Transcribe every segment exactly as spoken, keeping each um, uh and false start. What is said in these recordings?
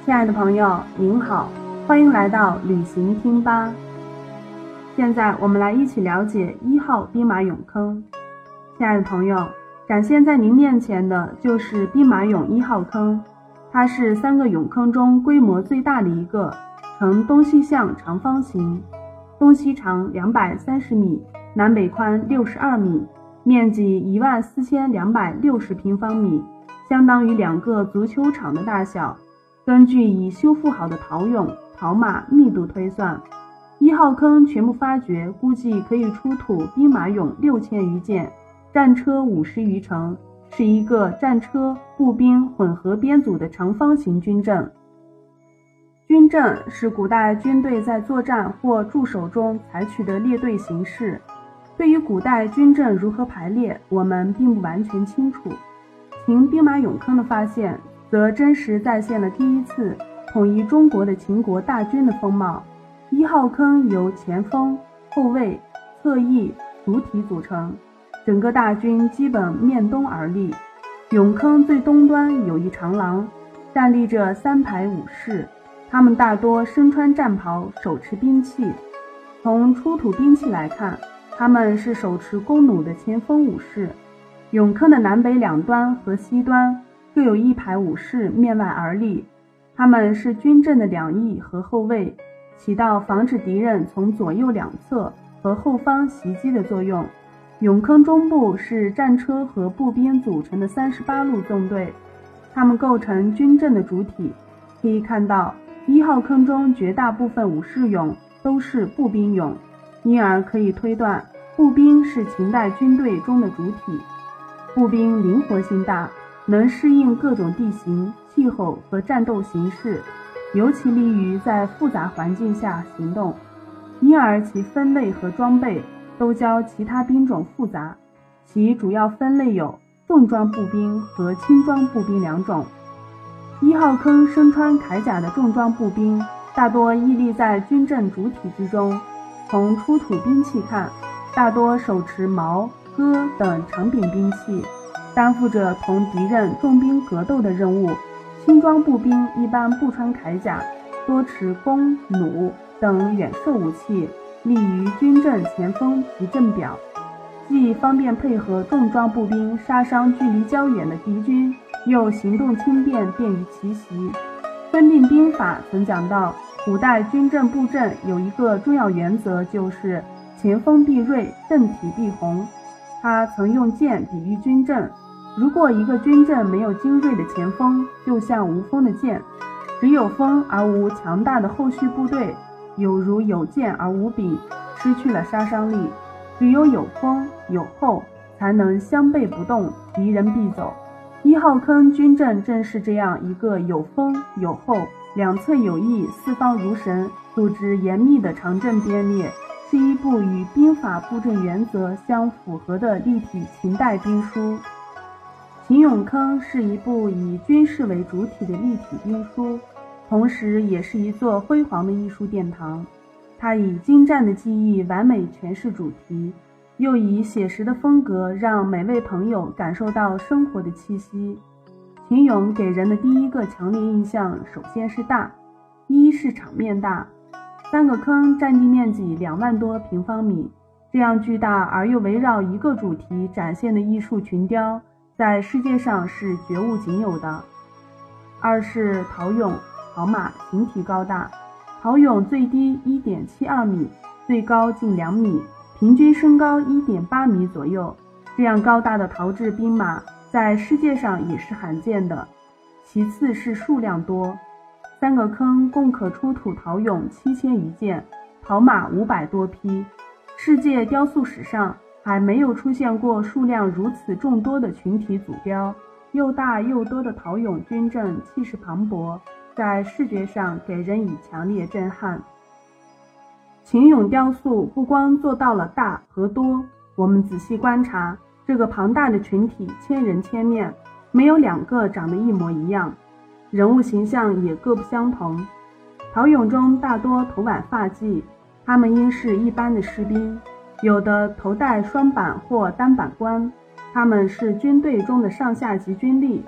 亲爱的朋友，您好，欢迎来到旅行听吧。现在我们来一起了解一号兵马俑坑。亲爱的朋友，展现在您面前的就是兵马俑一号坑，它是三个俑坑中规模最大的一个，呈东西向长方形，东西长两百三十米，南北宽六十二米，面积一万四千两百六十平方米，相当于两个足球场的大小。根据已修复好的陶俑、陶马密度推算，一号坑全部发掘，估计可以出土兵马俑六千余件，战车五十余乘，是一个战车、步兵混合编组的长方形军阵。军阵是古代军队在作战或驻守中采取的列队形式。对于古代军阵如何排列，我们并不完全清楚。秦兵马俑坑的发现，则真实再现了第一次统一中国的秦国大军的风貌。一号坑由前锋、后卫、侧翼、主体组成，整个大军基本面东而立。俑坑最东端有一长廊，站立着三排武士，他们大多身穿战袍，手持兵器。从出土兵器来看，他们是手持弓弩的前锋武士。俑坑的南北两端和西端各有一排武士面外而立，他们是军阵的两翼和后卫，起到防止敌人从左右两侧和后方袭击的作用。俑坑中部是战车和步兵组成的三十八路纵队，他们构成军阵的主体。可以看到，一号坑中绝大部分武士俑都是步兵俑，因而可以推断步兵是秦代军队中的主体。步兵灵活性大，能适应各种地形、气候和战斗形势，尤其利于在复杂环境下行动，因而其分类和装备都较其他兵种复杂。其主要分类有重装步兵和轻装步兵两种。一号坑身穿铠甲的重装步兵大多屹立在军阵主体之中，从出土兵器看，大多手持矛、戈等长柄兵器，担负着同敌人重兵格斗的任务。轻装步兵一般不穿铠甲，多持弓、弩等远射武器，立于军阵前锋及阵表，既方便配合重装步兵杀伤距离较远的敌军，又行动轻便，便于奇袭。分定兵法曾讲到，古代军阵布阵有一个重要原则，就是前锋必锐，阵体必宏。他曾用箭比喻军阵，如果一个军阵没有精锐的前锋，就像无锋的箭，只有锋而无强大的后续部队，有如有箭而无柄，失去了杀伤力。只有有锋有后，才能相背不动，敌人必走。一号坑军阵正是这样一个有锋有后，两侧有翼，四方如神，组织严密的长阵编列，是一部与兵法布阵原则相符合的立体秦代兵书。秦俑坑是一部以军事为主体的立体兵书，同时也是一座辉煌的艺术殿堂。它以精湛的技艺完美诠释主题，又以写实的风格让每位朋友感受到生活的气息。秦俑给人的第一个强烈印象，首先是大，一是场面大，三个坑占地面积两万多平方米，这样巨大而又围绕一个主题展现的艺术群雕，在世界上是绝无仅有的。二是陶俑、陶马形体高大，陶俑最低 一点七二米，最高近两米，平均身高 一点八米左右，这样高大的陶制兵马在世界上也是罕见的。其次是数量多，三个坑共可出土陶俑七千余件，陶马五百多匹。世界雕塑史上还没有出现过数量如此众多的群体组雕，又大又多的陶俑军阵气势磅礴，在视觉上给人以强烈震撼。秦俑雕塑不光做到了大和多，我们仔细观察，这个庞大的群体千人千面，没有两个长得一模一样，人物形象也各不相同。陶俑中大多头挽发髻，他们应是一般的士兵，有的头戴双板或单板冠，他们是军队中的上下级军力。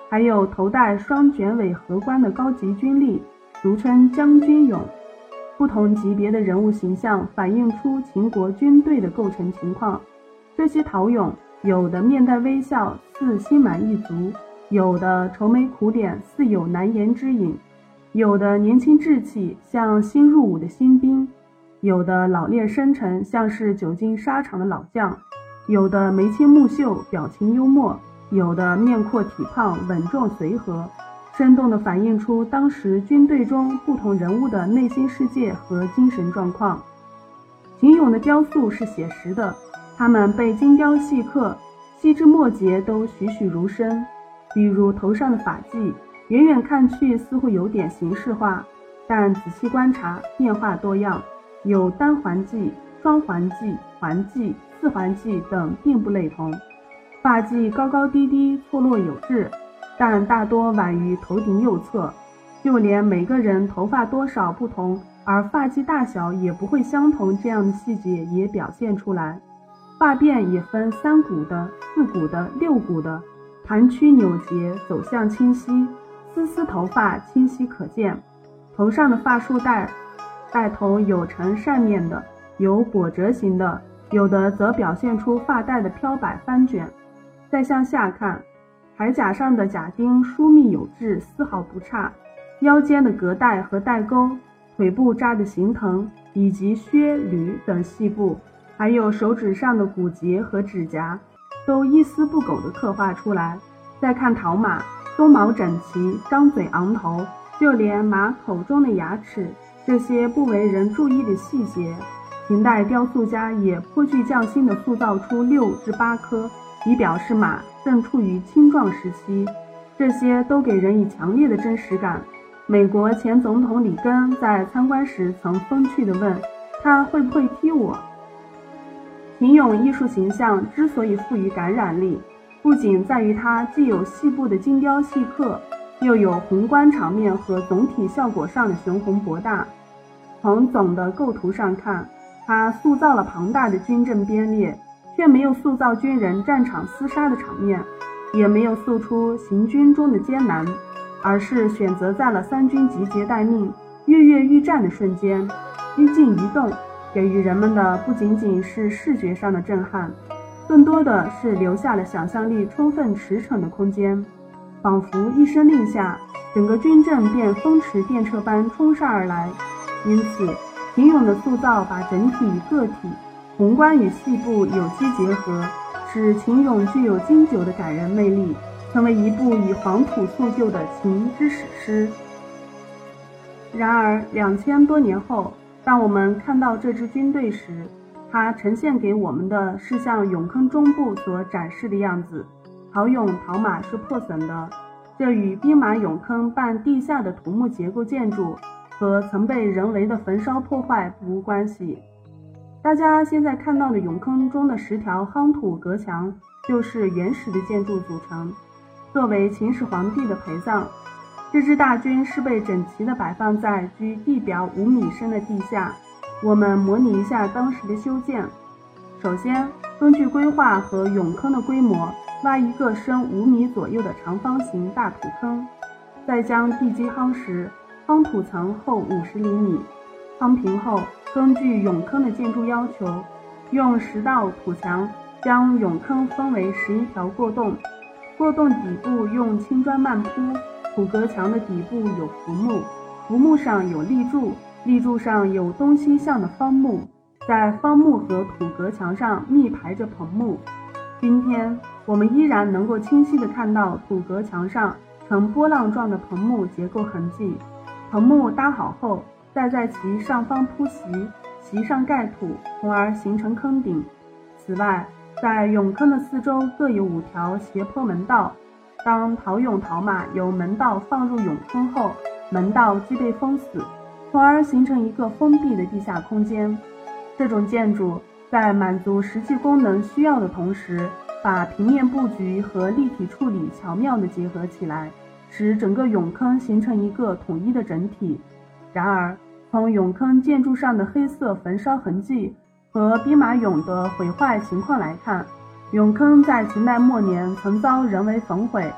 还有头戴双卷尾荷冠的高级军吏，俗称将军俑。不同级别的人物形象反映出秦国军队的构成情况。这些陶俑有的面带微笑，似心满意足，有的愁眉苦脸，似有难言之隐，有的年轻稚气，像新入伍的新兵，有的老练深沉，像是久经沙场的老将，有的眉清目秀，表情幽默，有的面阔体胖，稳重随和，生动地反映出当时军队中不同人物的内心世界和精神状况。秦俑的雕塑是写实的，它们被精雕细刻，细枝末节都栩栩如生。比如头上的发髻，远远看去似乎有点形式化，但仔细观察变化多样，有单环髻、双环髻、环髻、四环髻等并不类同。发髻高高低低，错落有致，但大多晚于头顶右侧，就连每个人头发多少不同，而发髻大小也不会相同，这样的细节也表现出来。发辫也分三股的、四股的、六股的，盘曲扭结，走向清晰，丝丝头发清晰可见。头上的发束带带头有呈扇面的，有裹折型的，有的则表现出发带的飘摆翻卷。再向下看，铠甲上的甲钉疏密有致，丝毫不差，腰间的革带和带钩，腿部扎的形藤，以及靴、履等细部，还有手指上的骨节和指甲，都一丝不苟地刻画出来。再看陶马，鬃毛整齐，张嘴昂头，就连马口中的牙齿，这些不为人注意的细节，秦代雕塑家也颇具匠心地塑造出六至八颗，以表示马正处于青壮时期。这些都给人以强烈的真实感。美国前总统里根在参观时曾风趣地问，他会不会踢我？秦俑艺术形象之所以富于感染力，不仅在于它既有细部的精雕细刻，又有宏观场面和总体效果上的雄宏博大。从总的构图上看，它塑造了庞大的军阵编列，却没有塑造军人战场厮杀的场面，也没有诉出行军中的艰难，而是选择在了三军集结待命、跃跃欲战的瞬间，一静一动，给予人们的不仅仅是视觉上的震撼，更多的是留下了想象力充分驰骋的空间。仿佛一声令下，整个军阵便风驰电掣般冲杀而来。因此，秦俑的塑造把整体与个体、宏观与细部有机结合，使秦俑具有经久的感人魅力，成为一部以黄土塑就的秦之史诗。然而，两千多年后，当我们看到这支军队时，它呈现给我们的是像俑坑中部所展示的样子。陶俑陶马是破损的，这与兵马俑坑半地下的土木结构建筑和曾被人为的焚烧破坏不无关系。大家现在看到的俑坑中的十条夯土隔墙，就是原始的建筑组成，作为秦始皇帝的陪葬。这支大军是被整齐地摆放在距地表五米深的地下。我们模拟一下当时的修建。首先，根据规划和俑坑的规模，挖一个深五米左右的长方形大土坑，再将地基夯实，夯土层厚五十厘米。夯平后，根据俑坑的建筑要求，用十道土墙将俑坑分为十一条过洞，过洞底部用青砖漫铺，土隔墙的底部有浮木，浮木上有立柱，立柱上有东西向的方木，在方木和土隔墙上密排着棚木。今天我们依然能够清晰地看到土隔墙上呈波浪状的棚木结构痕迹。棚木搭好后，再在其上方铺席，席上盖土，从而形成坑顶。此外，在俑坑的四周各有五条斜坡门道，当陶俑陶马由门道放入俑坑后，门道即被封死，从而形成一个封闭的地下空间。这种建筑在满足实际功能需要的同时，把平面布局和立体处理巧妙地结合起来，使整个俑坑形成一个统一的整体。然而，从俑坑建筑上的黑色焚烧痕迹和兵马俑的毁坏情况来看，俑坑在秦代末年曾遭人为焚毁，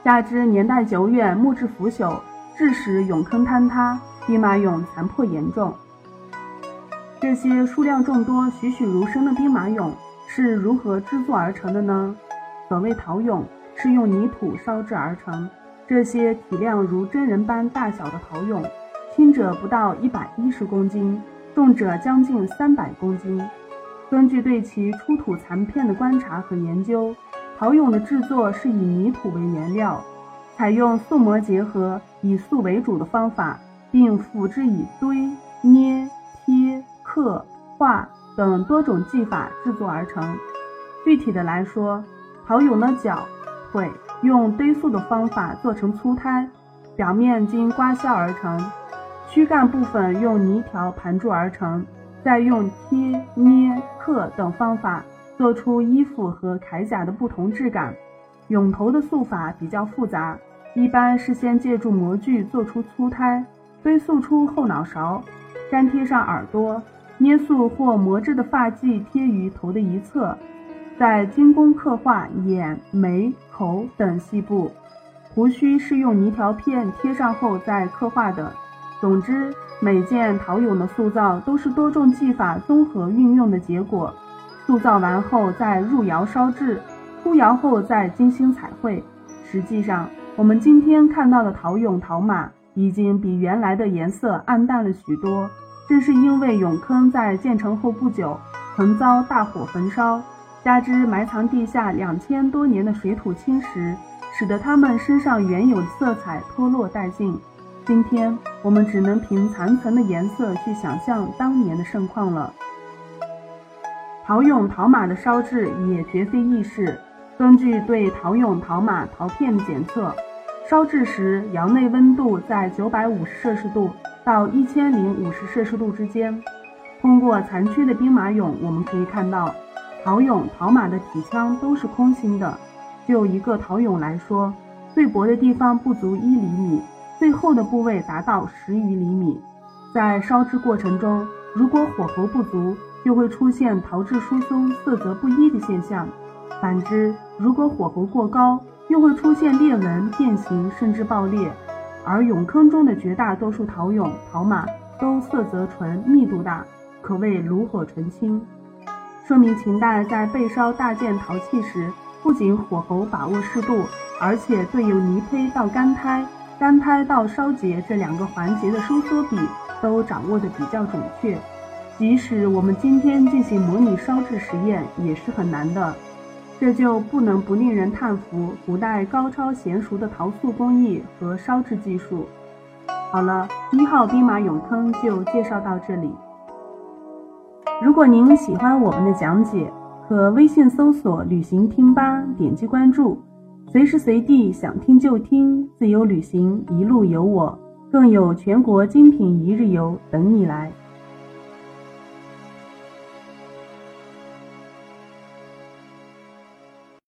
加之年代久远，木质腐朽，致使俑坑坍塌，兵马俑残破严重。这些数量众多、栩栩如生的兵马俑是如何制作而成的呢？所谓陶俑，是用泥土烧制而成。这些体量如真人般大小的陶俑，轻者不到一百一十公斤，重者将近三百公斤。根据对其出土残片的观察和研究，陶俑的制作是以泥土为原料，采用塑模结合、以塑为主的方法，并辅之以堆、捏、贴、刻、画等多种技法制作而成。具体的来说，陶俑的脚、腿用堆塑的方法做成粗胎，表面经刮削而成；躯干部分用泥条盘筑而成，再用贴、捏、刻等方法做出衣服和铠甲的不同质感。俑头的塑法比较复杂，一般是先借助模具做出粗胎，堆塑出后脑勺，粘贴上耳朵，捏塑或磨制的发髻贴于头的一侧，再精工刻画眼、眉、口等细部，胡须是用泥条片贴上后再刻画的。总之，每件陶俑的塑造都是多种技法综合运用的结果。塑造完后再入窑烧制，出窑后再精心彩绘。实际上，我们今天看到的陶俑陶马已经比原来的颜色暗淡了许多，正是因为俑坑在建成后不久曾遭大火焚烧，加之埋藏地下两千多年的水土侵蚀，使得它们身上原有的色彩脱落殆尽。今天我们只能凭残存的颜色去想象当年的盛况了。陶俑陶马的烧制也绝非易事。根据对陶俑陶马陶片的检测，烧制时窑内温度在九百五十摄氏度到一千零五十摄氏度之间。通过残缺的兵马俑，我们可以看到陶俑陶马的体腔都是空心的。就一个陶俑来说，最薄的地方不足一厘米，最厚的部位达到十余厘米。在烧制过程中，如果火候不足，就会出现陶质疏松、色泽不一的现象。反之，如果火候过高，又会出现裂纹、变形甚至爆裂。而俑坑中的绝大多数陶俑陶马都色泽纯、密度大，可谓炉火纯青，说明秦代在焙烧大件陶器时，不仅火候把握适度，而且对由泥胚到干胎、干胎到烧结这两个环节的收缩比都掌握得比较准确。即使我们今天进行模拟烧制实验也是很难的，这就不能不令人叹服古代高超娴熟的陶塑工艺和烧制技术。好了，一号兵马俑坑就介绍到这里。如果您喜欢我们的讲解，可微信搜索旅行听吧，点击关注，随时随地想听就听，自由旅行一路有我，更有全国精品一日游等你来。